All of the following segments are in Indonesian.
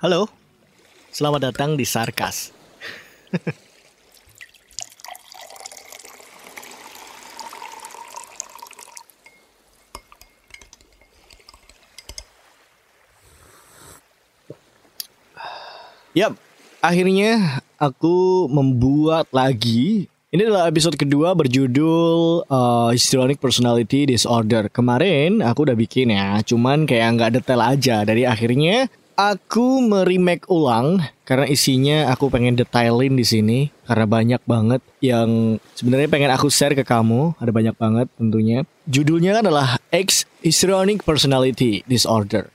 Halo, selamat datang di Sarkas. Yap, akhirnya aku membuat lagi. Ini adalah episode kedua berjudul Histrionic Personality Disorder. Kemarin aku udah bikin ya, cuman kayak nggak detail aja. Dari akhirnya aku meremake ulang karena isinya aku pengen detailin di sini karena banyak banget yang sebenarnya pengen aku share ke kamu. Ada banyak banget tentunya. Judulnya kan adalah X Histrionic Personality Disorder.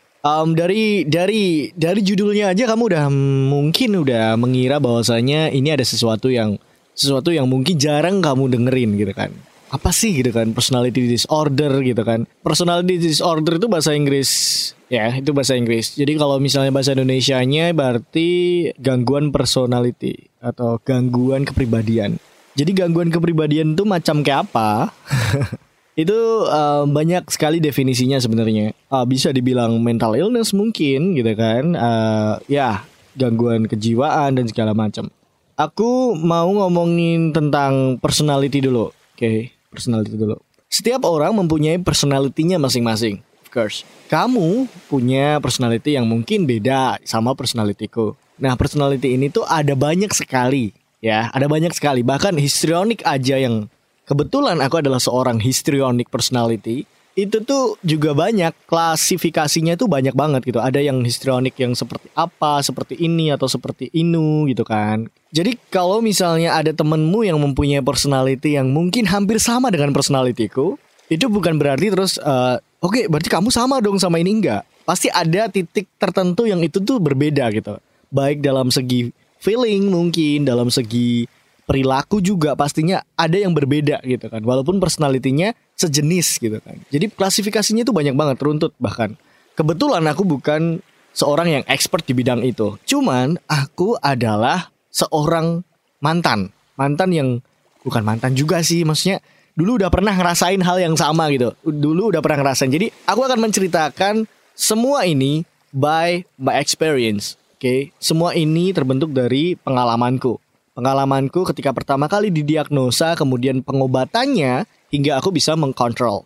Dari judulnya aja kamu mungkin udah mengira bahwasanya ini ada sesuatu yang mungkin jarang kamu dengerin gitu kan. Apa sih gitu kan personality disorder gitu kan. Personality disorder itu bahasa Inggris ya, itu bahasa Inggris. Jadi kalau misalnya bahasa Indonesianya berarti gangguan personality atau gangguan kepribadian. Jadi gangguan kepribadian itu macam kayak apa? Itu banyak sekali definisinya sebenarnya. Bisa dibilang mental illness mungkin gitu kan. Ya, gangguan kejiwaan dan segala macam. Aku mau ngomongin tentang personality dulu. Oke, personality dulu. Setiap orang mempunyai personality-nya masing-masing. Of course. Kamu punya personality yang mungkin beda sama personality-ku. Nah, personality ini tuh ada banyak sekali. Ya, ada banyak sekali. Bahkan histrionic aja yang kebetulan aku adalah seorang histrionic personality. Itu tuh juga banyak, klasifikasinya tuh banyak banget gitu. Ada yang histrionic yang seperti apa, seperti ini atau seperti inu gitu kan. Jadi kalau misalnya ada temenmu yang mempunyai personality yang mungkin hampir sama dengan personalityku, itu bukan berarti terus oke, berarti kamu sama dong sama ini, enggak. Pasti ada titik tertentu yang itu tuh berbeda gitu. Baik dalam segi feeling mungkin, dalam segi perilaku juga pastinya ada yang berbeda gitu kan. Walaupun personality-nya sejenis gitu kan. Jadi klasifikasinya itu banyak banget, runtut bahkan. Kebetulan aku bukan seorang yang expert di bidang itu. Cuman aku adalah seorang mantan yang bukan mantan juga sih, maksudnya dulu udah pernah ngerasain hal yang sama gitu. Dulu udah pernah ngerasain. Jadi aku akan menceritakan semua ini by experience. Oke, semua ini terbentuk dari pengalamanku ketika pertama kali didiagnosa, kemudian pengobatannya hingga aku bisa mengkontrol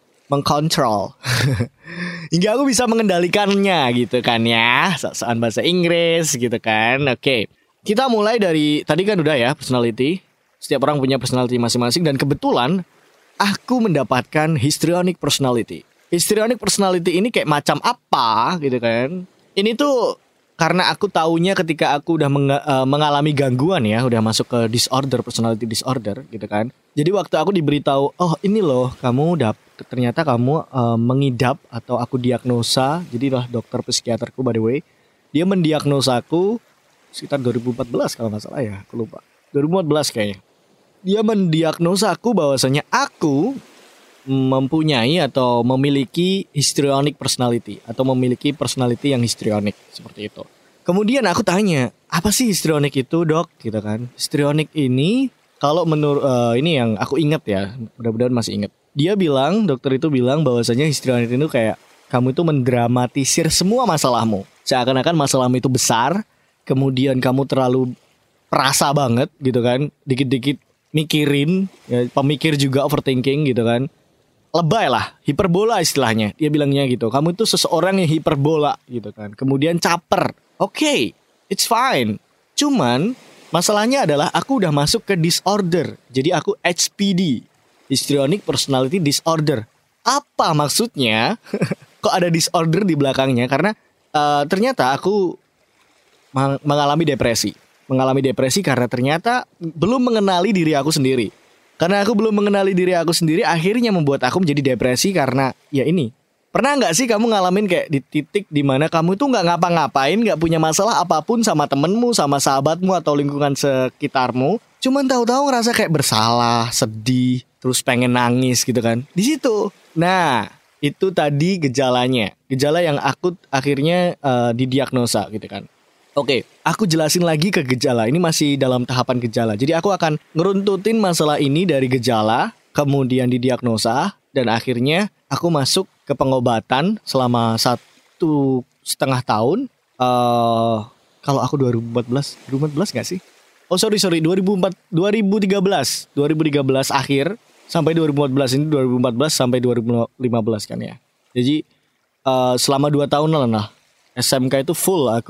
hingga aku bisa mengendalikannya gitu kan ya, soal bahasa Inggris gitu kan. Oke, kita mulai dari tadi kan udah ya, personality. Setiap orang punya personality masing-masing dan kebetulan aku mendapatkan histrionic personality. Histrionic personality ini kayak macam apa gitu kan. Ini tuh karena aku taunya ketika aku udah mengalami gangguan ya, udah masuk ke disorder, personality disorder gitu kan. Jadi waktu aku diberitahu, oh ini loh kamu ternyata kamu mengidap atau aku diagnosa. Jadi lah dokter psikiaterku by the way, dia mendiagnosaku sekitar 2014 kalau nggak salah ya, aku lupa. 2014 kayaknya. Dia mendiagnosa aku bahwasanya aku mempunyai atau memiliki histrionic personality atau memiliki personality yang histrionic seperti itu. Kemudian aku tanya, apa sih histrionic itu, Dok? Gitu kan. Histrionic ini kalau menurut ini yang aku ingat ya, mudah-mudahan masih ingat. Dia bilang, dokter itu bilang bahwasanya histrionic itu kayak kamu itu mendramatisir semua masalahmu. Seakan-akan masalahmu itu besar, kemudian kamu terlalu perasa banget gitu kan. Dikit-dikit mikirin, ya, pemikir juga, overthinking gitu kan. Lebay lah, hiperbola istilahnya. Dia bilangnya gitu. Kamu itu seseorang yang hiperbola gitu kan. Kemudian caper. Oke, it's fine. Cuman masalahnya adalah aku udah masuk ke disorder. Jadi aku HPD, Histrionic Personality Disorder. Apa maksudnya? Kok ada disorder di belakangnya? Karena ternyata aku mengalami depresi. Mengalami depresi karena ternyata belum mengenali diri aku sendiri. Karena aku belum mengenali diri aku sendiri, akhirnya membuat aku menjadi depresi karena ya ini. Pernah nggak sih kamu ngalamin kayak di titik dimana kamu tuh nggak ngapa-ngapain, nggak punya masalah apapun sama temenmu, sama sahabatmu atau lingkungan sekitarmu, cuman tahu-tahu ngerasa kayak bersalah, sedih, terus pengen nangis gitu kan? Di situ. Nah, itu tadi gejalanya, gejala yang akut akhirnya didiagnosa gitu kan. Oke, aku jelasin lagi ke gejala. Ini masih dalam tahapan gejala. Jadi aku akan ngeruntutin masalah ini dari gejala, kemudian didiagnosa, dan akhirnya aku masuk ke pengobatan selama 1,5 tahun. kalau aku 2014 nggak sih? Oh sorry 2013 akhir sampai 2014 ini 2014 sampai 2015 kan ya. Jadi selama 2 tahun lah SMK itu full aku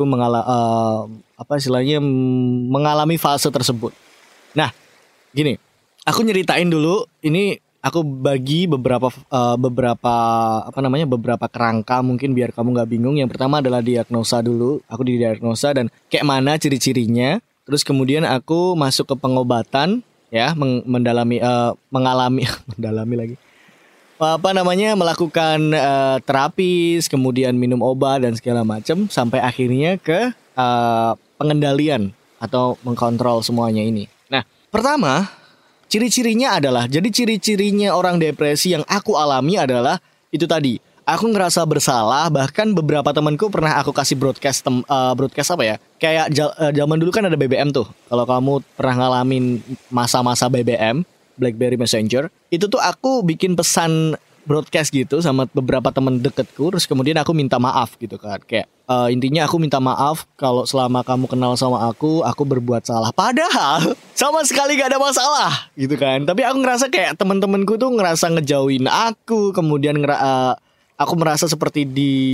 mengalami fase tersebut. Nah, gini, aku nyeritain dulu ini. Aku bagi beberapa kerangka mungkin biar kamu nggak bingung. Yang pertama adalah diagnosa dulu. Aku didiagnosa dan kayak mana ciri-cirinya. Terus kemudian aku masuk ke pengobatan, ya, mengalami melakukan terapis, kemudian minum obat dan segala macam sampai akhirnya ke pengendalian atau mengkontrol semuanya ini. Nah, pertama. Ciri-cirinya adalah, jadi ciri-cirinya orang depresi yang aku alami adalah itu tadi. Aku ngerasa bersalah, bahkan beberapa temanku pernah aku kasih broadcast apa ya? Kayak zaman dulu kan ada BBM tuh. Kalau kamu pernah ngalamin masa-masa BBM, BlackBerry Messenger, itu tuh aku bikin pesan broadcast gitu sama beberapa teman deketku, terus kemudian aku minta maaf gitu kan. Kayak intinya aku minta maaf kalau selama kamu kenal sama aku berbuat salah. Padahal sama sekali gak ada masalah gitu kan. Tapi aku ngerasa kayak teman-temanku tuh ngerasa ngejauhin aku, kemudian aku merasa seperti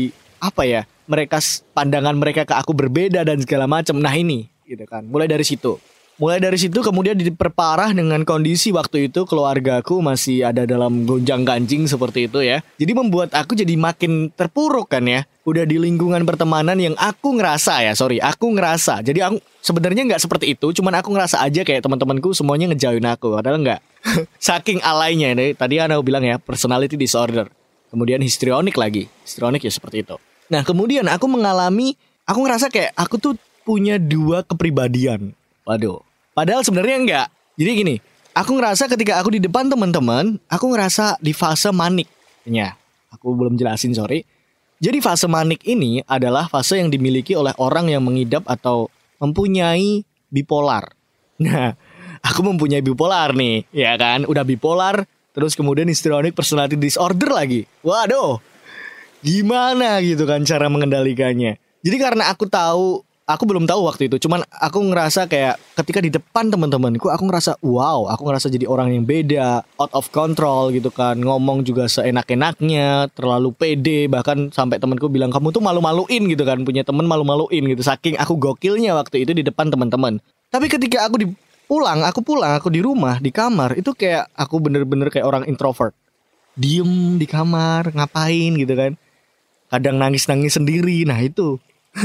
pandangan mereka ke aku berbeda dan segala macam. Nah ini gitu kan. Mulai dari situ kemudian diperparah dengan kondisi waktu itu keluargaku masih ada dalam gonjang-ganjing seperti itu ya. Jadi membuat aku jadi makin terpuruk kan ya. Udah di lingkungan pertemanan yang aku ngerasa. Jadi aku sebenarnya nggak seperti itu, cuman aku ngerasa aja kayak teman-temanku semuanya ngejauhin aku. Padahal nggak. Saking alainya ini. Tadi aku bilang ya, personality disorder. Kemudian histrionik lagi. Histrionik ya seperti itu. Nah kemudian aku ngerasa kayak aku tuh punya 2 kepribadian. Waduh. Padahal sebenarnya enggak. Jadi gini, aku ngerasa ketika aku di depan teman-teman, aku ngerasa di fase maniknya. Aku belum jelasin, sorry. Jadi fase manik ini adalah fase yang dimiliki oleh orang yang mengidap atau mempunyai bipolar. Nah, aku mempunyai bipolar nih, ya kan? Udah bipolar, terus kemudian histrionic personality disorder lagi. Waduh, gimana gitu kan cara mengendalikannya. Jadi karena aku belum tahu waktu itu, cuman aku ngerasa kayak ketika di depan teman-temanku aku ngerasa aku ngerasa jadi orang yang beda, out of control gitu kan, ngomong juga seenak-enaknya, terlalu pede, bahkan sampai temanku bilang kamu tuh malu-maluin gitu kan, punya teman malu-maluin gitu, saking aku gokilnya waktu itu di depan teman-teman. Tapi ketika aku di rumah, di kamar, itu kayak aku bener-bener kayak orang introvert, diem di kamar, ngapain gitu kan, kadang nangis-nangis sendiri. Nah itu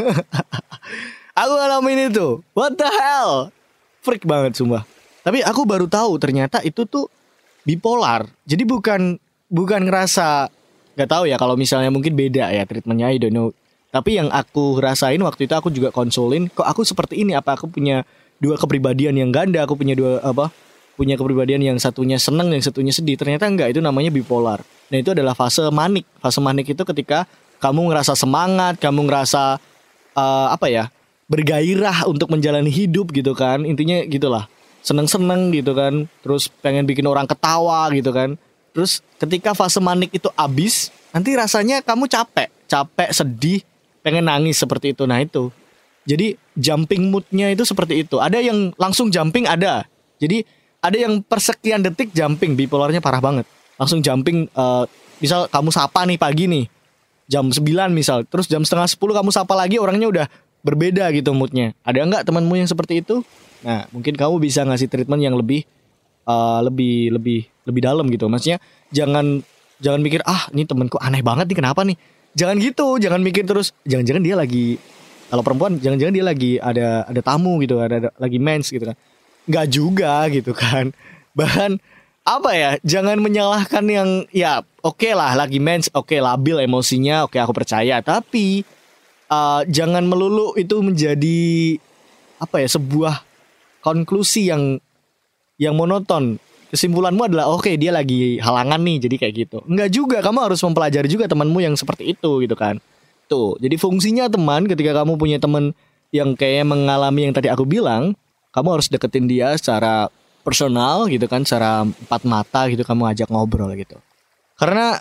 aku ngalamin itu. What the hell? Freak banget sumpah. Tapi aku baru tahu ternyata itu tuh bipolar. Jadi bukan ngerasa, gak tahu ya kalau misalnya mungkin beda ya treatmentnya, I don't know. Tapi yang aku rasain waktu itu, aku juga konsulin, kok aku seperti ini, apa aku punya 2 kepribadian yang ganda, aku punya punya kepribadian yang satunya seneng, yang satunya sedih. Ternyata enggak, itu namanya bipolar. Nah itu adalah fase manik. Fase manik itu ketika kamu ngerasa semangat, kamu ngerasa bergairah untuk menjalani hidup gitu kan. Intinya gitulah, seneng-seneng gitu kan, terus pengen bikin orang ketawa gitu kan. Terus ketika fase manik itu habis, nanti rasanya kamu capek, sedih, pengen nangis seperti itu. Nah itu, jadi jumping moodnya itu seperti itu. Ada yang langsung jumping, ada. Jadi ada yang persekian detik jumping, bipolarnya parah banget. Langsung jumping, misal kamu sapa nih pagi nih, jam 9 misal, terus jam setengah 10 kamu sapa lagi, orangnya udah berbeda gitu moodnya. Ada nggak temanmu yang seperti itu? Nah mungkin kamu bisa ngasih treatment yang lebih dalam gitu. Maksudnya jangan mikir ini temanku aneh banget nih, kenapa nih? Jangan gitu, jangan mikir terus jangan-jangan dia lagi, kalau perempuan jangan-jangan dia lagi ada tamu gitu, ada lagi mens gitu kan. Nggak juga gitu kan. Bahkan jangan menyalahkan yang oke lah lagi mens, oke labil emosinya, oke aku percaya, tapi jangan melulu itu menjadi sebuah konklusi yang monoton. Kesimpulanmu adalah oke dia lagi halangan nih, jadi kayak gitu. Enggak juga, kamu harus mempelajari juga temanmu yang seperti itu gitu kan. Tuh, jadi fungsinya teman, ketika kamu punya teman yang kayak mengalami yang tadi aku bilang, kamu harus deketin dia secara personal gitu kan, secara 4 mata gitu, kamu ajak ngobrol gitu. Karena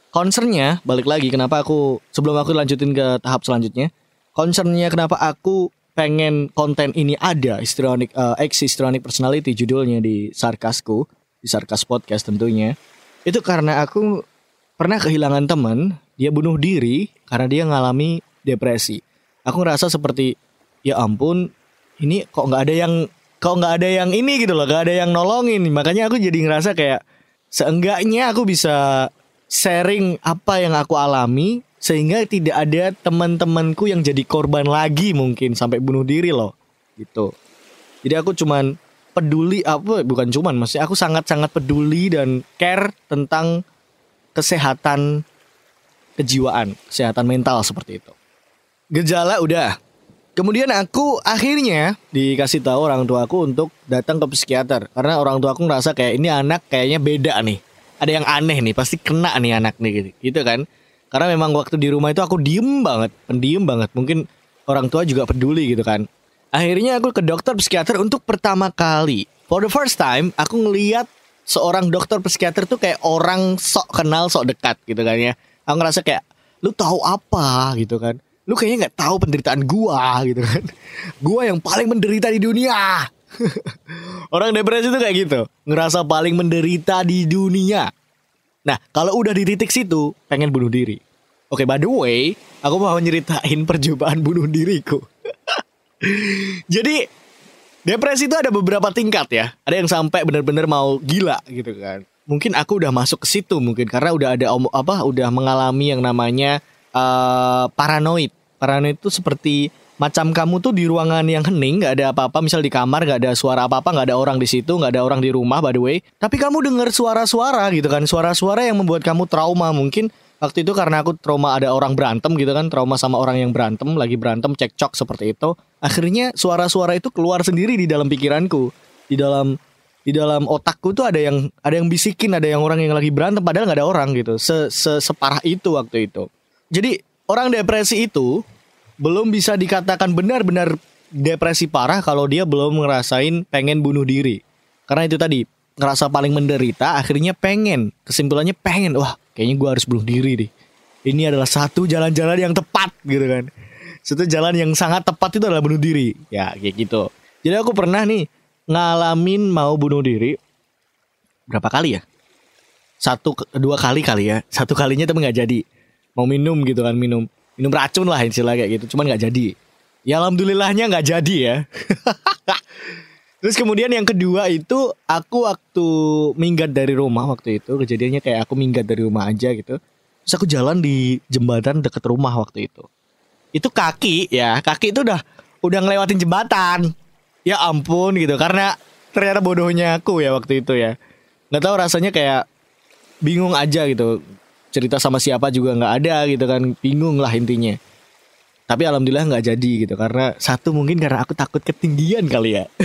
concernnya, balik lagi kenapa aku, sebelum aku lanjutin ke tahap selanjutnya, concernnya kenapa aku pengen konten ini ada, histrionic personality judulnya di Sarkasku, di Sarkas Podcast tentunya. Itu karena aku pernah kehilangan teman, dia bunuh diri karena dia ngalami depresi. Aku ngerasa seperti ya ampun, ini kok nggak ada yang ini gitu loh, nggak ada yang nolongin. Makanya aku jadi ngerasa kayak seenggaknya aku bisa sharing apa yang aku alami, sehingga tidak ada teman-temanku yang jadi korban lagi mungkin sampai bunuh diri loh gitu. Jadi aku cuman peduli, maksudnya aku sangat-sangat peduli dan care tentang kesehatan kejiwaan, kesehatan mental seperti itu. Gejala udah. Kemudian aku akhirnya dikasih tahu orang tua aku untuk datang ke psikiater, karena orang tua aku ngerasa kayak ini anak kayaknya beda nih. Ada yang aneh nih, pasti kena nih anak nih gitu kan. Karena memang waktu di rumah itu aku pendiam banget. Mungkin orang tua juga peduli gitu kan. Akhirnya aku ke dokter psikiater untuk pertama kali. For the first time aku ngelihat seorang dokter psikiater tuh kayak orang sok kenal, sok dekat gitu kan ya. Aku ngerasa kayak, lu tahu apa gitu kan. Lu kayaknya gak tahu penderitaan gua gitu kan. Gua yang paling menderita di dunia. Orang depresi itu kayak gitu, ngerasa paling menderita di dunia. Nah, kalau udah di titik situ, pengen bunuh diri. Oke, by the way, aku mau nyeritain percobaan bunuh diriku. Jadi, depresi itu ada beberapa tingkat ya. Ada yang sampai benar-benar mau gila gitu kan. Mungkin aku udah masuk ke situ mungkin karena udah ada udah mengalami yang namanya paranoid. Paranoid itu seperti macam kamu tuh di ruangan yang hening, gak ada apa-apa, misal di kamar gak ada suara apa-apa, gak ada orang di situ, gak ada orang di rumah by the way. Tapi kamu dengar suara-suara gitu kan, suara-suara yang membuat kamu trauma. Mungkin waktu itu karena aku trauma ada orang berantem gitu kan, trauma sama orang yang berantem, lagi berantem cekcok seperti itu. Akhirnya suara-suara itu keluar sendiri di dalam pikiranku, di dalam otakku tuh ada yang bisikin, ada yang orang yang lagi berantem padahal gak ada orang gitu. Separah itu waktu itu. Jadi orang depresi itu belum bisa dikatakan benar-benar depresi parah kalau dia belum ngerasain pengen bunuh diri. Karena itu tadi, ngerasa paling menderita, akhirnya kesimpulannya pengen, wah kayaknya gue harus bunuh diri deh. Ini adalah satu jalan-jalan yang tepat gitu kan. Satu jalan yang sangat tepat itu adalah bunuh diri. Ya kayak gitu. Jadi aku pernah nih ngalamin mau bunuh diri berapa kali ya? 1-2 kali ya. 1 kalinya tapi gak jadi. Mau minum gitu kan, minum racun lah istilah kayak gitu, cuman nggak jadi. Ya alhamdulillahnya nggak jadi ya. Terus kemudian yang kedua itu aku waktu minggat dari rumah waktu itu, kejadiannya kayak aku minggat dari rumah aja gitu. Terus aku jalan di jembatan deket rumah waktu itu. Itu kaki itu udah ngelewatin jembatan. Ya ampun gitu, karena ternyata bodohnya aku ya waktu itu ya. Nggak tahu rasanya kayak bingung aja gitu. Cerita sama siapa juga nggak ada gitu kan, bingung lah intinya. Tapi alhamdulillah nggak jadi gitu, karena satu mungkin karena aku takut ketinggian kali ya.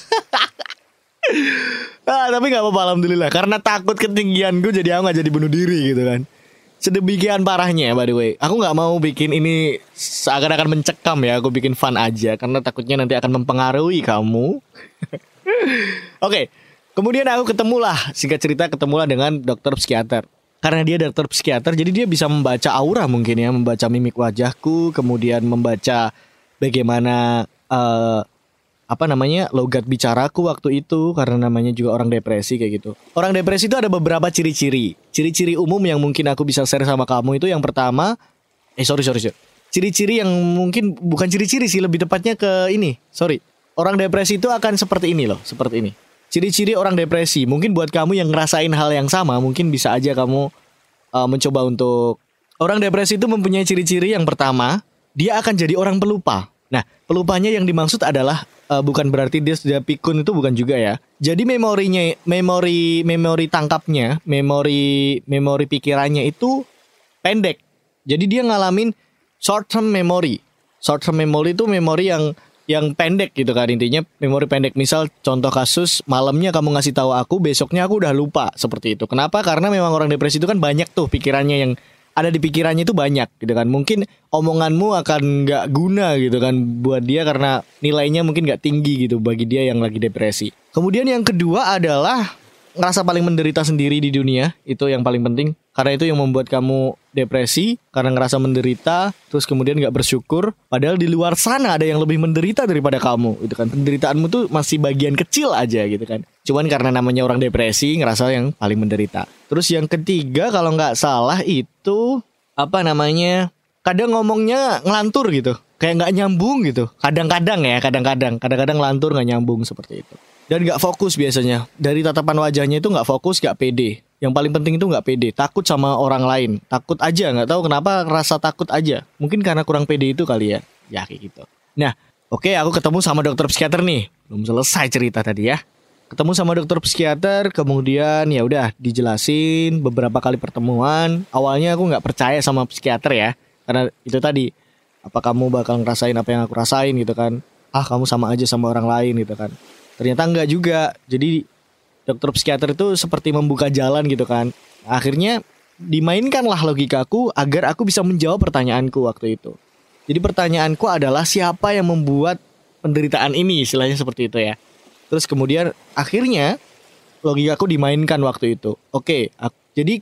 Tapi nggak apa-apa alhamdulillah, karena takut ketinggian gue jadi aku nggak jadi bunuh diri gitu kan. Sedemikian parahnya by the way. Aku nggak mau bikin ini seakan-akan mencekam ya, aku bikin fun aja karena takutnya nanti akan mempengaruhi kamu. Oke, kemudian aku singkat cerita ketemulah dengan dokter psikiater. Karena dia dokter psikiater, jadi dia bisa membaca aura mungkin ya, membaca mimik wajahku, kemudian membaca bagaimana logat bicaraku waktu itu, karena namanya juga orang depresi kayak gitu. Orang depresi itu ada beberapa ciri-ciri umum yang mungkin aku bisa share sama kamu itu. Yang pertama, sorry. Ciri-ciri yang mungkin bukan ciri-ciri sih, lebih tepatnya ke ini. Orang depresi itu akan seperti ini loh, seperti ini. Ciri-ciri orang depresi, mungkin buat kamu yang ngerasain hal yang sama, mungkin bisa aja kamu mencoba untuk. Orang depresi itu mempunyai ciri-ciri yang pertama, dia akan jadi orang pelupa. Nah, pelupanya yang dimaksud adalah bukan berarti dia sudah pikun, itu bukan juga ya. Jadi memori tangkapnya, memori pikirannya itu pendek. Jadi dia ngalamin short term memory. Short term memory itu memori yang pendek gitu kan, intinya memori pendek. Misal contoh kasus, malamnya kamu ngasih tahu aku, besoknya aku udah lupa, seperti itu. Kenapa? Karena memang orang depresi itu kan banyak tuh pikirannya, yang ada di pikirannya itu banyak gitu kan. Mungkin omonganmu akan nggak guna gitu kan buat dia, karena nilainya mungkin nggak tinggi gitu bagi dia yang lagi depresi. Kemudian yang kedua adalah ngerasa paling menderita sendiri di dunia. Itu yang paling penting. Karena itu yang membuat kamu depresi, karena ngerasa menderita, terus kemudian gak bersyukur. Padahal di luar sana ada yang lebih menderita daripada kamu, gitu kan. Penderitaanmu tuh masih bagian kecil aja gitu kan. Cuman karena namanya orang depresi, ngerasa yang paling menderita. Terus yang ketiga kalau gak salah itu kadang ngomongnya ngelantur gitu, kayak gak nyambung gitu. Kadang-kadang ngelantur gak nyambung seperti itu. Dan gak fokus biasanya. Dari tatapan wajahnya itu gak fokus, gak pede. Yang paling penting itu gak pede. Takut sama orang lain. Takut aja, gak tahu kenapa rasa takut aja. Mungkin karena kurang pede itu kali ya. Ya kayak gitu. Nah, oke, aku ketemu sama dokter psikiater nih. Belum selesai cerita tadi ya. Ketemu sama dokter psikiater, kemudian ya udah dijelasin beberapa kali pertemuan. Awalnya aku gak percaya sama psikiater ya. Karena itu tadi, apa kamu bakal ngerasain apa yang aku rasain gitu kan. Kamu sama aja sama orang lain gitu kan. Ternyata enggak juga. Jadi dokter psikiater itu seperti membuka jalan gitu kan. Akhirnya dimainkanlah logikaku agar aku bisa menjawab pertanyaanku waktu itu. Jadi pertanyaanku adalah siapa yang membuat penderitaan ini, istilahnya seperti itu ya. Terus kemudian akhirnya logikaku dimainkan waktu itu. Jadi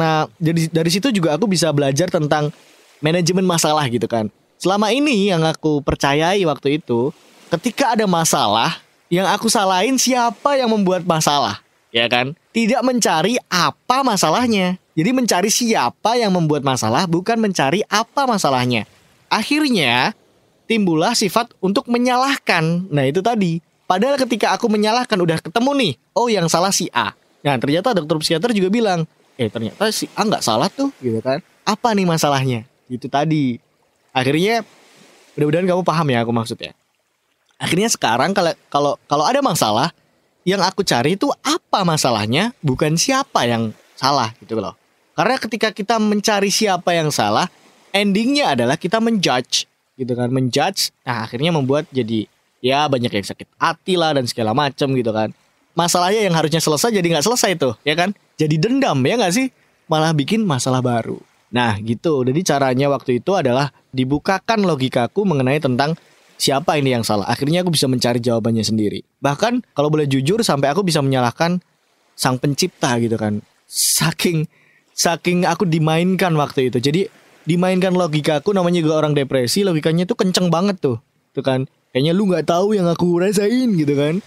dari situ juga aku bisa belajar tentang manajemen masalah gitu kan. Selama ini yang aku percayai waktu itu, ketika ada masalah, yang aku salahin siapa yang membuat masalah, ya kan? Tidak mencari apa masalahnya. Jadi mencari siapa yang membuat masalah, bukan mencari apa masalahnya. Akhirnya timbullah sifat untuk menyalahkan. Nah itu tadi. Padahal ketika aku menyalahkan udah ketemu nih, yang salah si A. Nah ternyata dokter psikiater juga bilang, ternyata si A nggak salah tuh, gitu kan? Apa nih masalahnya? Itu tadi. Akhirnya, mudah-mudahan kamu paham ya aku maksudnya. Akhirnya sekarang kalau ada masalah, yang aku cari itu apa masalahnya, bukan siapa yang salah gitu loh. Karena ketika kita mencari siapa yang salah, endingnya adalah kita menjudge gitu kan, menjudge. Nah akhirnya membuat jadi ya banyak yang sakit hati lah dan segala macam gitu kan. Masalahnya yang harusnya selesai jadi nggak selesai tuh, ya kan? Jadi dendam ya nggak sih? Malah bikin masalah baru. Nah gitu. Jadi caranya waktu itu adalah dibukakan logikaku mengenai tentang siapa ini yang salah. Akhirnya aku bisa mencari jawabannya sendiri. Bahkan kalau boleh jujur sampai aku bisa menyalahkan sang pencipta gitu kan. Saking aku dimainkan waktu itu. Jadi dimainkan logikaku, namanya juga orang depresi, logikanya tuh kenceng banget tuh. Tuh kan. Kayaknya lu gak tahu yang aku rasain gitu kan.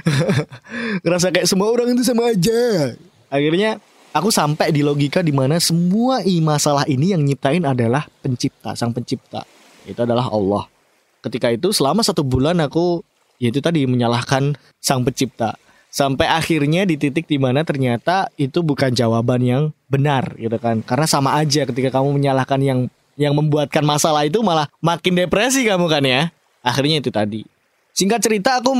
Ngerasa kayak semua orang itu sama aja. Akhirnya aku sampai di logika di mana semua masalah ini yang nyiptain adalah pencipta, sang pencipta. Itu adalah Allah. Ketika itu selama 1 bulan aku yaitu tadi menyalahkan sang pencipta. Sampai akhirnya di titik dimana ternyata itu bukan jawaban yang benar gitu kan. Karena sama aja ketika kamu menyalahkan yang membuatkan masalah itu malah makin depresi kamu kan ya. Akhirnya itu tadi. Singkat cerita aku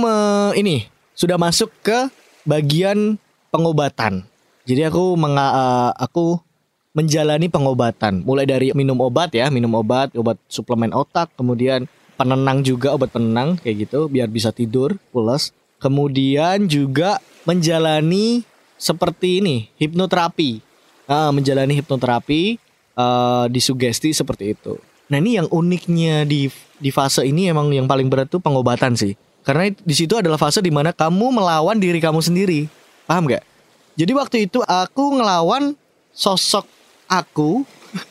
sudah masuk ke bagian pengobatan. Jadi aku menjalani pengobatan. Mulai dari minum obat suplemen otak, kemudian penenang juga, obat penenang kayak gitu biar bisa tidur pulas. Kemudian juga menjalani seperti ini, hipnoterapi. Menjalani hipnoterapi, disugesti seperti itu. Nah, ini yang uniknya di fase ini emang yang paling berat tuh pengobatan sih. Karena di situ adalah fase di mana kamu melawan diri kamu sendiri. Paham gak? Jadi waktu itu aku ngelawan sosok aku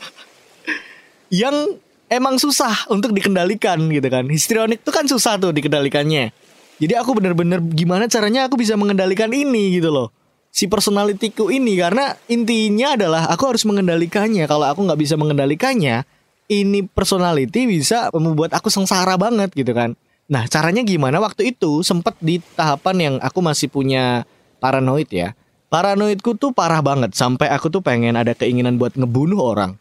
yang emang susah untuk dikendalikan gitu kan. Histrionik tuh kan susah tuh dikendalikannya. Jadi aku bener-bener gimana caranya aku bisa mengendalikan ini gitu loh. Si personalitiku ini, karena intinya adalah aku harus mengendalikannya. Kalau aku gak bisa mengendalikannya, ini personality bisa membuat aku sengsara banget gitu kan. Nah caranya gimana? Waktu itu sempat di tahapan yang aku masih punya paranoid ya. Paranoidku tuh parah banget. Sampai aku tuh pengen ada keinginan buat ngebunuh orang.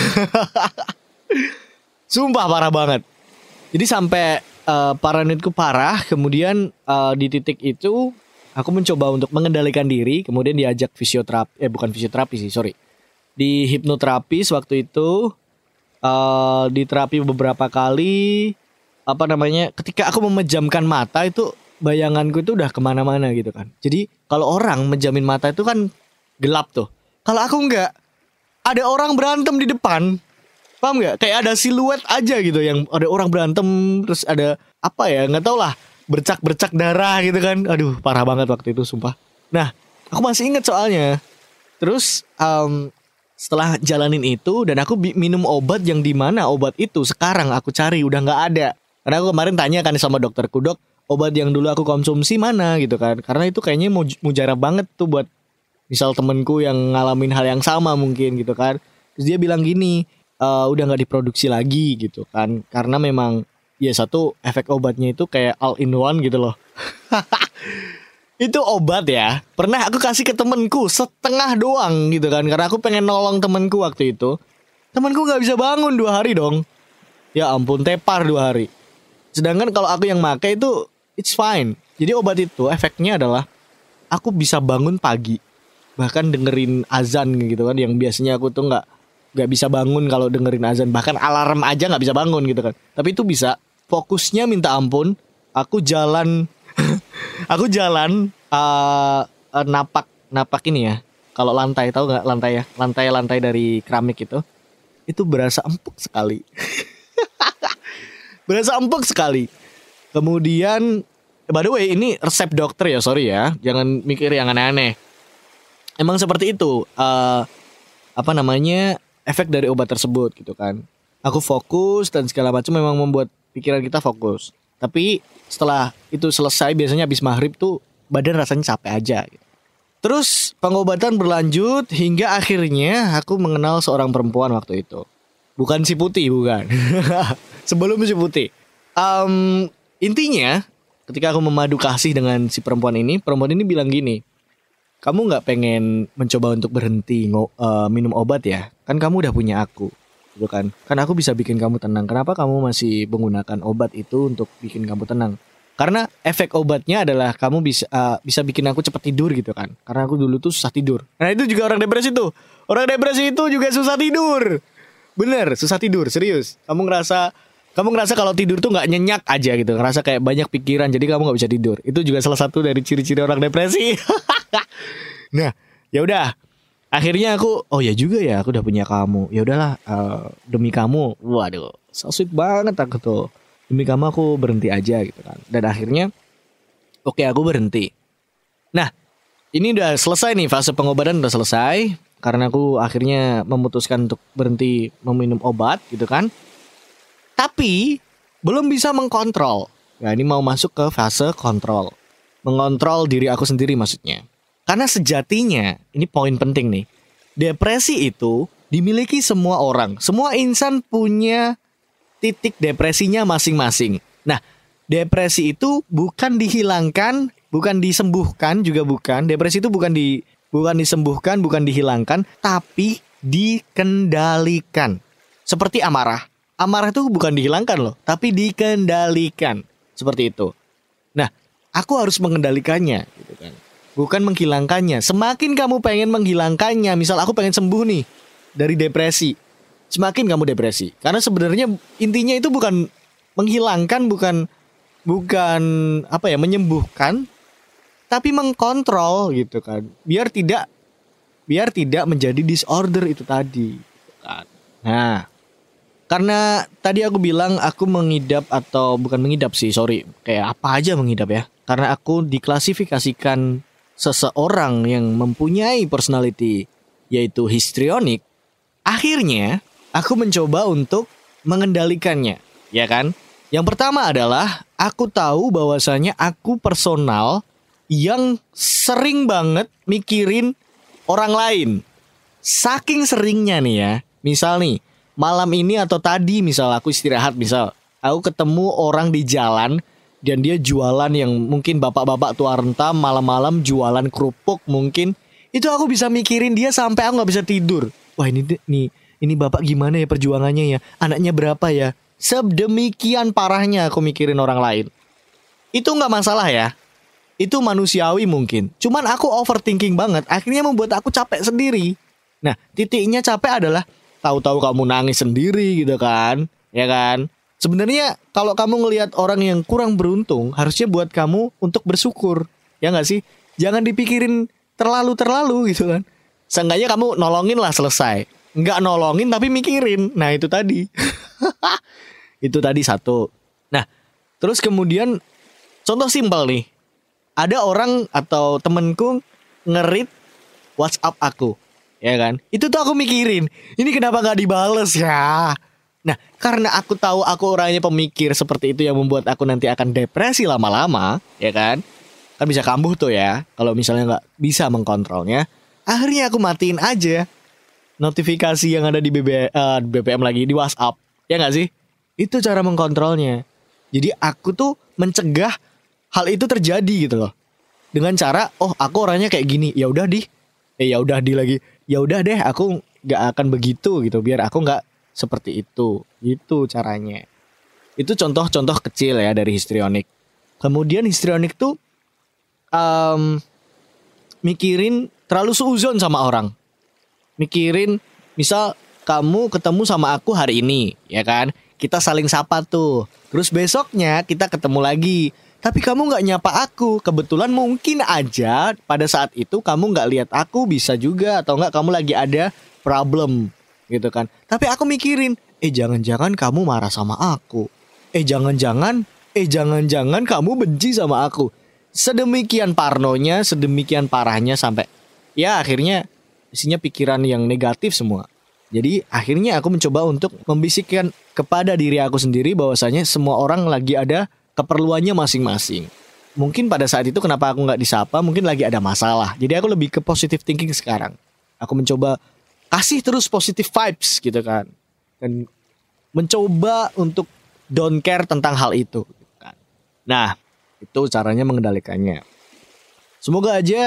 Sumpah parah banget. Jadi sampai paranoidku parah. Kemudian di titik itu aku mencoba untuk mengendalikan diri. Kemudian diajak fisioterapi. Bukan fisioterapi sih, sorry. Di hipnoterapis waktu itu. Di terapi beberapa kali. Ketika aku memejamkan mata itu, bayanganku itu udah kemana-mana gitu kan. Jadi kalau orang menjamin mata itu kan gelap tuh. Kalau aku enggak, ada orang berantem di depan. Paham gak? Kayak ada siluet aja gitu, yang ada orang berantem. Terus ada nggak tau lah, bercak-bercak darah gitu kan. Aduh parah banget waktu itu sumpah. Nah Aku masih ingat soalnya. Terus setelah jalanin itu dan aku minum obat yang di mana obat itu sekarang aku cari udah nggak ada. Karena aku kemarin tanya kan sama dokterku, dok, obat yang dulu aku konsumsi mana gitu kan. Karena itu kayaknya mujarab banget tuh buat misal temenku yang ngalamin hal yang sama mungkin gitu kan. Terus dia bilang gini, udah nggak diproduksi lagi gitu kan. Karena memang ya satu efek obatnya itu kayak all in one gitu loh. Itu obat ya. Pernah aku kasih ke temenku setengah doang gitu kan. Karena aku pengen nolong temenku waktu itu. Temenku gak bisa bangun 2 hari dong. Ya ampun, tepar 2 hari. Sedangkan kalau aku yang pakai itu it's fine. Jadi obat itu efeknya adalah aku bisa bangun pagi. Bahkan dengerin azan gitu kan. Yang biasanya aku tuh gak bisa bangun kalau dengerin azan. Bahkan alarm aja gak bisa bangun gitu kan. Tapi itu bisa. Fokusnya minta ampun. Aku jalan napak ini ya. Kalau lantai, tahu nggak lantai ya? Lantai dari keramik itu berasa empuk sekali. Berasa empuk sekali. Kemudian, by the way, ini resep dokter ya, sorry ya, jangan mikir yang aneh-aneh. Emang seperti itu. Efek dari obat tersebut gitu kan. Aku fokus dan segala macam memang membuat pikiran kita fokus. Tapi setelah itu selesai biasanya habis maghrib tuh badan rasanya capek aja gitu. Terus pengobatan berlanjut hingga akhirnya aku mengenal seorang perempuan waktu itu. Bukan si Putih, bukan. Sebelum si Putih. Intinya ketika aku memadu kasih dengan si perempuan ini bilang gini, kamu gak pengen mencoba untuk berhenti minum obat ya? Kan kamu udah punya aku. Gitu kan aku bisa bikin kamu tenang. Kenapa kamu masih menggunakan obat itu untuk bikin kamu tenang? Karena efek obatnya adalah kamu bisa bikin aku cepat tidur gitu kan. Karena aku dulu tuh susah tidur. Nah itu juga orang depresi tuh. Orang depresi itu juga susah tidur. Bener, susah tidur, serius. Kamu ngerasa kalau tidur tuh nggak nyenyak aja gitu. Ngerasa kayak banyak pikiran, jadi kamu nggak bisa tidur. Itu juga salah satu dari ciri-ciri orang depresi. Nah, ya udah. Akhirnya aku, oh ya juga ya, aku udah punya kamu. Ya udahlah, demi kamu. Waduh, so sweet banget aku tuh. Demi kamu aku berhenti aja gitu kan. Dan akhirnya, oke, aku berhenti. Nah, ini udah selesai nih, fase pengobatan udah selesai. Karena aku akhirnya memutuskan untuk berhenti meminum obat gitu kan. Tapi belum bisa mengkontrol. Nah, ini mau masuk ke fase kontrol. Mengontrol diri aku sendiri maksudnya. Karena sejatinya, ini poin penting nih. Depresi itu dimiliki semua orang. Semua insan punya titik depresinya masing-masing. Nah, depresi itu bukan dihilangkan, bukan disembuhkan juga bukan. Depresi itu bukan disembuhkan, bukan dihilangkan, tapi dikendalikan. Seperti amarah. Amarah itu bukan dihilangkan loh, tapi dikendalikan. Seperti itu. Nah, aku harus mengendalikannya gitu kan. Bukan menghilangkannya. Semakin kamu pengen menghilangkannya, misal aku pengen sembuh nih dari depresi, semakin kamu depresi. Karena sebenarnya intinya itu bukan menghilangkan, bukan menyembuhkan, tapi mengkontrol gitu kan. Biar tidak menjadi disorder itu tadi. Gitu kan. Nah, karena tadi aku bilang aku mengidap atau bukan mengidap sih, sorry, kayak apa aja mengidap ya. Karena aku diklasifikasikan seseorang yang mempunyai personality yaitu histrionik, akhirnya aku mencoba untuk mengendalikannya, ya kan? Yang pertama adalah aku tahu bahwasanya aku personal yang sering banget mikirin orang lain. Saking seringnya nih ya, misal nih malam ini atau tadi misal aku istirahat, misal aku ketemu orang di jalan dan dia jualan yang mungkin bapak-bapak tua renta malam-malam jualan kerupuk mungkin. Itu aku bisa mikirin dia sampai aku gak bisa tidur. Wah ini bapak gimana ya perjuangannya ya. Anaknya berapa ya. Sedemikian parahnya aku mikirin orang lain. Itu gak masalah ya. Itu manusiawi mungkin. Cuman aku overthinking banget. Akhirnya membuat aku capek sendiri. Nah titiknya capek adalah tahu-tahu kamu nangis sendiri gitu kan. Ya kan. Sebenarnya kalau kamu ngelihat orang yang kurang beruntung, harusnya buat kamu untuk bersyukur. Ya gak sih? Jangan dipikirin terlalu gitu kan. Seenggaknya kamu nolongin lah selesai. Nggak nolongin tapi mikirin. Nah itu tadi. Itu tadi satu. Nah terus kemudian contoh simpel nih. Ada orang atau temenku nge-read WhatsApp aku, ya kan? Itu tuh aku mikirin, ini kenapa gak dibales ya? Nah, karena aku tahu aku orangnya pemikir seperti itu yang membuat aku nanti akan depresi lama-lama, ya kan? Kan bisa kambuh tuh ya, kalau misalnya nggak bisa mengkontrolnya. Akhirnya aku matiin aja notifikasi yang ada di BBM lagi di WhatsApp, ya nggak sih? Itu cara mengkontrolnya. Jadi aku tuh mencegah hal itu terjadi gitu loh. Dengan cara, oh aku orangnya kayak gini, ya udah lagi, ya udah deh, aku nggak akan begitu gitu, biar aku nggak seperti itu. Itu caranya. Itu contoh-contoh kecil ya dari histrionik. Kemudian histrionik tuh mikirin terlalu suuzon sama orang. Mikirin, misal kamu ketemu sama aku hari ini, ya kan? Kita saling sapa tuh. Terus besoknya kita ketemu lagi. Tapi kamu gak nyapa aku. Kebetulan mungkin aja pada saat itu kamu gak lihat aku, bisa juga. Atau gak kamu lagi ada problem gitu kan. Tapi aku mikirin, jangan-jangan kamu marah sama aku. Jangan-jangan kamu benci sama aku. Sedemikian parnonya, sedemikian parahnya sampai ya akhirnya isinya pikiran yang negatif semua. Jadi akhirnya aku mencoba untuk membisikkan kepada diri aku sendiri bahwasanya semua orang lagi ada keperluannya masing-masing. Mungkin pada saat itu kenapa aku gak disapa, mungkin lagi ada masalah. Jadi aku lebih ke positive thinking sekarang. Aku mencoba kasih terus positive vibes gitu kan. Dan mencoba untuk don't care tentang hal itu. Nah, itu caranya mengendalikannya. Semoga aja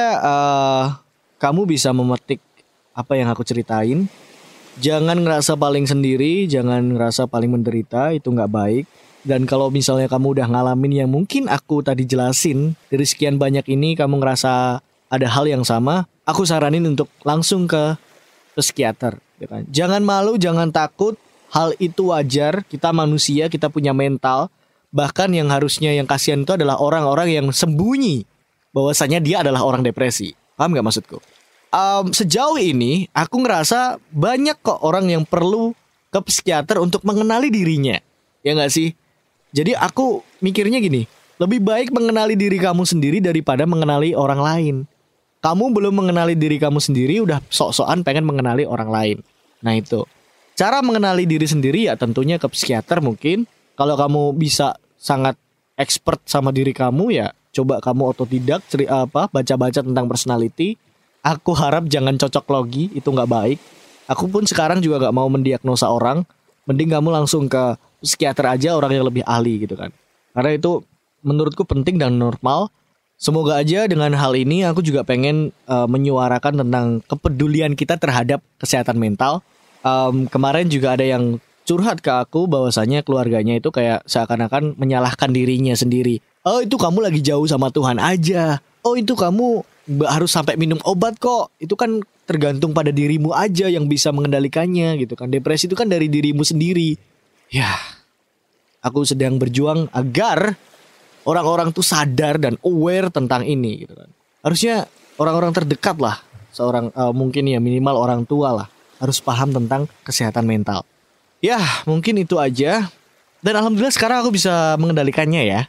kamu bisa memetik apa yang aku ceritain. Jangan ngerasa paling sendiri, jangan ngerasa paling menderita, itu gak baik. Dan kalau misalnya kamu udah ngalamin yang mungkin aku tadi jelasin, dari sekian banyak ini kamu ngerasa ada hal yang sama, aku saranin untuk langsung ke psikiater. Jangan malu, jangan takut, hal itu wajar, kita manusia, kita punya mental. Bahkan yang harusnya yang kasihan itu adalah orang-orang yang sembunyi bahwasanya dia adalah orang depresi. Paham gak maksudku? Sejauh ini aku ngerasa banyak kok orang yang perlu ke psikiater untuk mengenali dirinya. Ya gak sih? Jadi aku mikirnya gini, lebih baik mengenali diri kamu sendiri daripada mengenali orang lain. Kamu belum mengenali diri kamu sendiri, udah sok-sokan pengen mengenali orang lain. Nah itu, cara mengenali diri sendiri ya tentunya ke psikiater mungkin. Kalau kamu bisa sangat expert sama diri kamu ya coba kamu otodidak baca-baca tentang personality. Aku harap jangan cocok logi, itu gak baik. Aku pun sekarang juga gak mau mendiagnosa orang. Mending kamu langsung ke psikiater aja, orang yang lebih ahli gitu kan. Karena itu menurutku penting dan normal. Semoga aja dengan hal ini aku juga pengen menyuarakan tentang kepedulian kita terhadap kesehatan mental. Kemarin juga ada yang curhat ke aku bahwasanya keluarganya itu kayak seakan-akan menyalahkan dirinya sendiri. Oh itu kamu lagi jauh sama Tuhan aja. Oh itu kamu harus sampai minum obat kok. Itu kan tergantung pada dirimu aja yang bisa mengendalikannya gitu kan. Depresi itu kan dari dirimu sendiri. Ya, aku sedang berjuang agar orang-orang tuh sadar dan aware tentang ini gitu kan. Harusnya orang-orang terdekat lah, seorang mungkin ya minimal orang tua lah, harus paham tentang kesehatan mental. Ya, mungkin itu aja. Dan alhamdulillah sekarang aku bisa mengendalikannya ya.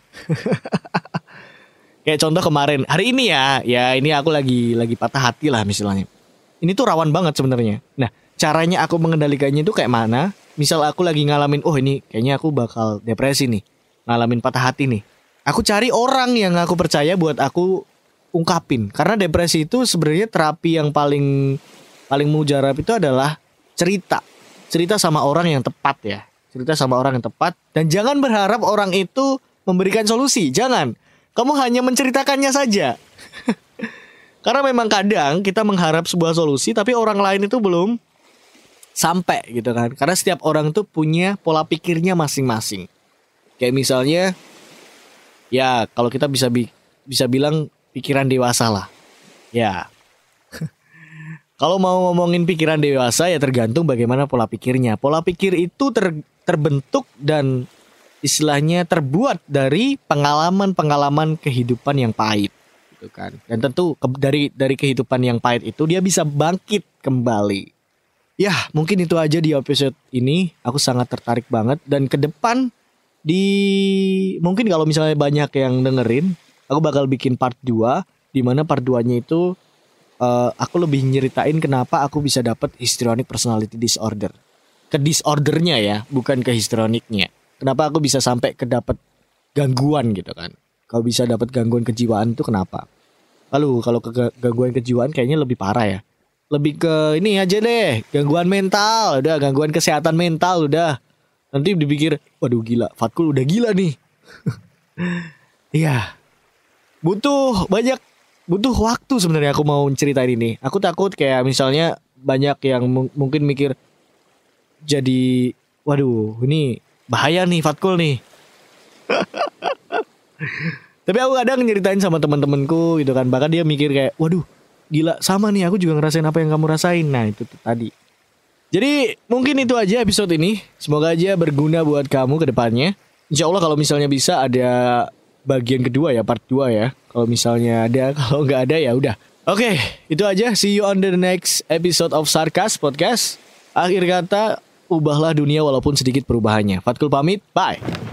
Kayak contoh kemarin, hari ini ya ini aku lagi patah hati lah misalnya. Ini tuh rawan banget sebenarnya. Nah, caranya aku mengendalikannya itu kayak mana? Misal aku lagi ngalamin, oh ini kayaknya aku bakal depresi nih, ngalamin patah hati nih. Aku cari orang yang aku percaya buat aku ungkapin. Karena depresi itu sebenarnya terapi yang paling mujarab itu adalah cerita sama orang yang tepat ya. Cerita sama orang yang tepat. Dan jangan berharap orang itu memberikan solusi. Jangan. Kamu hanya menceritakannya saja. Karena memang kadang kita mengharap sebuah solusi tapi orang lain itu belum sampai gitu kan. Karena setiap orang tuh punya pola pikirnya masing-masing. Kayak misalnya ya kalau kita bisa bilang pikiran dewasa lah. Ya. Kalau mau ngomongin pikiran dewasa ya tergantung bagaimana pola pikirnya. Pola pikir itu terbentuk dan istilahnya terbuat dari pengalaman-pengalaman kehidupan yang pahit gitu kan. Dan tentu dari kehidupan yang pahit itu dia bisa bangkit kembali. Ya, mungkin itu aja di episode ini. Aku sangat tertarik banget dan ke depan mungkin kalau misalnya banyak yang dengerin, aku bakal bikin part 2 di mana part 2-nya itu aku lebih nyeritain kenapa aku bisa dapat histrionic personality disorder. Ke disordernya ya, bukan ke histrionicnya. Kenapa aku bisa sampai ke dapat gangguan gitu kan? Kau bisa dapat gangguan kejiwaan itu kenapa? Lalu kalau ke gangguan kejiwaan kayaknya lebih parah ya. Lebih ke ini aja deh, gangguan mental, udah gangguan kesehatan mental udah. Nanti dipikir, waduh gila, Fatkul udah gila nih. Iya. Butuh waktu sebenarnya aku mau ceritain ini. Aku takut kayak misalnya banyak yang mungkin mikir jadi waduh, ini bahaya nih Fatkul nih. Tapi aku kadang nyeritain sama teman-temanku gitu kan. Bahkan dia mikir kayak, waduh, gila sama nih, aku juga ngerasain apa yang kamu rasain. Nah, itu tuh tadi. Jadi mungkin itu aja episode ini. Semoga aja berguna buat kamu ke depannya. Insya Allah kalau misalnya bisa ada bagian kedua ya, part 2 ya. Kalau misalnya ada, kalau nggak ada ya udah. Oke, itu aja. See you on the next episode of Sarkas Podcast. Akhir kata, ubahlah dunia walaupun sedikit perubahannya. Fatkul pamit, bye.